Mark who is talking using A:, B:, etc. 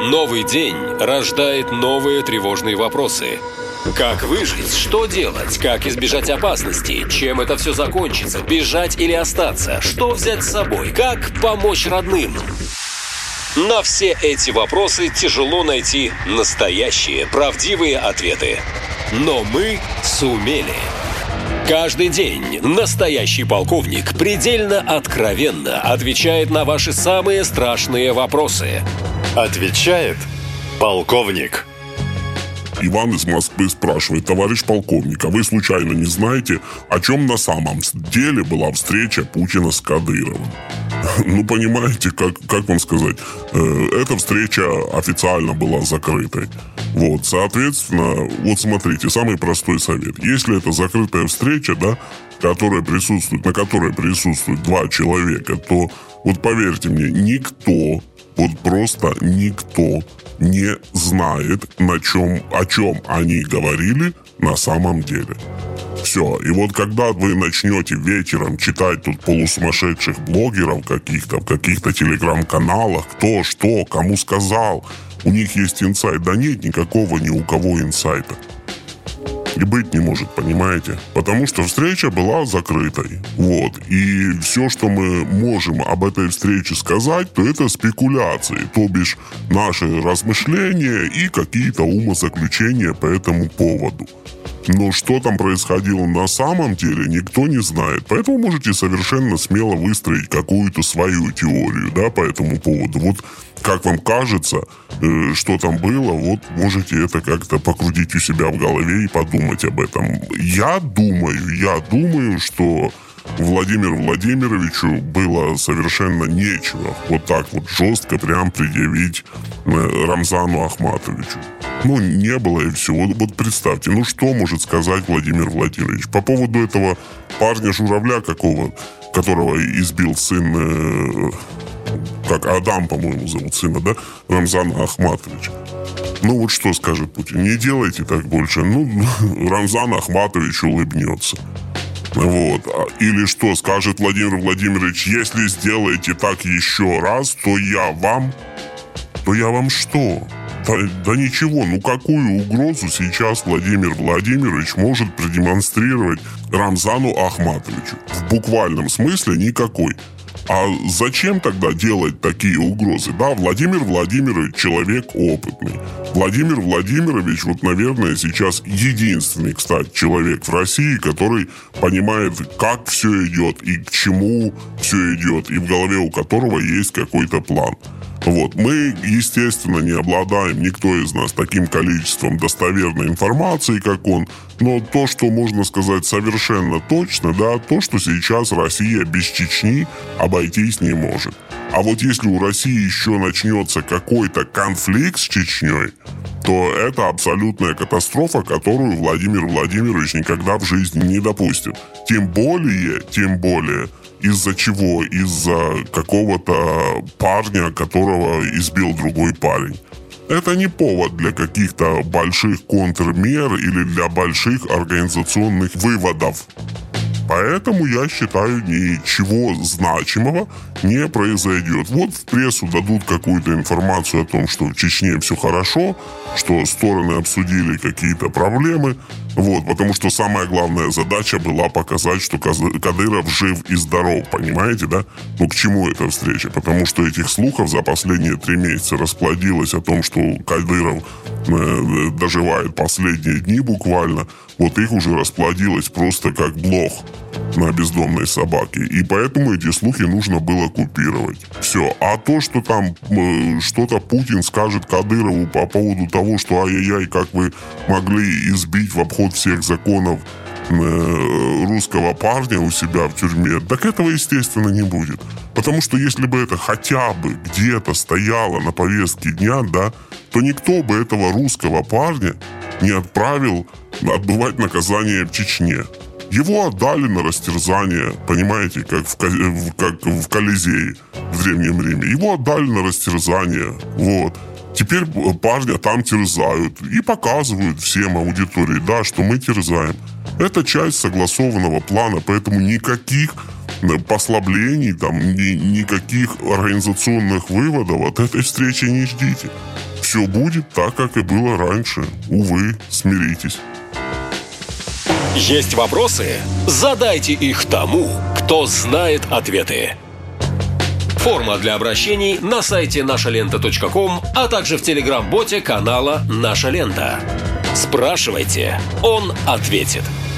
A: Новый день рождает новые тревожные вопросы. Как выжить? Что делать? Как избежать опасности? Чем это все закончится? Бежать или остаться? Что взять с собой? Как помочь родным? На все эти вопросы тяжело найти настоящие, правдивые ответы. Но мы сумели. Каждый день настоящий полковник предельно откровенно отвечает на ваши самые страшные вопросы.
B: Отвечает полковник.
C: Иван из Москвы спрашивает: товарищ полковник, а вы случайно не знаете, о чем на самом деле была встреча Путина с Кадыровым? Ну, понимаете, как вам сказать, эта встреча официально была закрытой. Вот, соответственно, вот смотрите, самый простой совет. Если это закрытая встреча, да, на которой присутствуют два человека, то вот поверьте мне, никто, вот просто никто не знает, о чем они говорили на самом деле. Все. И вот когда вы начнете вечером читать тут полусумасшедших блогеров каких-то, в каких-то телеграм-каналах, кто, что, кому сказал, у них есть инсайт. Да нет никакого ни у кого инсайта. И быть не может, понимаете? Потому что встреча была закрытой. Вот. И все, что мы можем об этой встрече сказать, то это спекуляции. То бишь наши размышления и какие-то умозаключения по этому поводу. Но что там происходило на самом деле, никто не знает. Поэтому можете совершенно смело выстроить какую-то свою теорию, да, по этому поводу. Вот как вам кажется, что там было, вот можете это как-то покрутить у себя в голове и подумать об этом. Я думаю, что Владимиру Владимировичу было совершенно нечего вот так вот жестко прям предъявить Рамзану Ахматовичу. Ну, не было и все. Вот представьте, ну что может сказать Владимир Владимирович по поводу этого парня-журавля которого избил сын, как Адам, по-моему, зовут сына, да? Рамзана Ахматовича. Ну вот что скажет Путин? Не делайте так больше. Ну, Рамзан Ахматович улыбнется. Вот. Или что скажет Владимир Владимирович: если сделаете так еще раз, то я вам что? Да ничего, ну какую угрозу сейчас Владимир Владимирович может продемонстрировать Рамзану Ахматовичу? В буквальном смысле никакой. А зачем тогда делать такие угрозы? Да, Владимир Владимирович человек опытный. Владимир Владимирович, вот, наверное, сейчас единственный, кстати, человек в России, который понимает, как все идет и к чему все идет, и в голове у которого есть какой-то план. Вот. Мы, естественно, не обладаем, никто из нас, таким количеством достоверной информации, как он, но то, что можно сказать совершенно точно, да, то, что сейчас Россия без Чечни обойтись не может. А вот если у России еще начнется какой-то конфликт с Чечней, то это абсолютная катастрофа, которую Владимир Владимирович никогда в жизни не допустит. Тем более, из-за чего? Из-за какого-то парня, которого избил другой парень. Это не повод для каких-то больших контрмер или для больших организационных выводов. Поэтому, я считаю, ничего значимого не произойдет. Вот в прессу дадут какую-то информацию о том, что в Чечне все хорошо, что стороны обсудили какие-то проблемы. Вот, потому что самая главная задача была показать, что Кадыров жив и здоров, понимаете, да? Ну, к чему эта встреча? Потому что этих слухов за последние 3 месяца расплодилось о том, что Кадыров доживает последние дни буквально. Вот их уже расплодилось просто как блох на бездомной собаке. И поэтому эти слухи нужно было купировать. Все. А то, что там что-то Путин скажет Кадырову по поводу того, что ай-яй-яй, как вы могли избить в обход всех законов русского парня у себя в тюрьме, так этого, естественно, не будет. Потому что если бы это хотя бы где-то стояло на повестке дня, да, то никто бы этого русского парня не отправил отбывать наказание в Чечне. Его отдали на растерзание, понимаете, как в Колизее в Древнем Риме. Его отдали на растерзание, вот. Теперь парня там терзают и показывают всем аудитории, да, что мы терзаем. Это часть согласованного плана, поэтому никаких послаблений, там, никаких организационных выводов от этой встречи не ждите. все будет так, как и было раньше. Увы, смиритесь.
A: Есть вопросы? Задайте их тому, кто знает ответы. Форма для обращений на сайте нашалента.ком, а также в телеграм-боте канала «Наша лента». Спрашивайте, он ответит.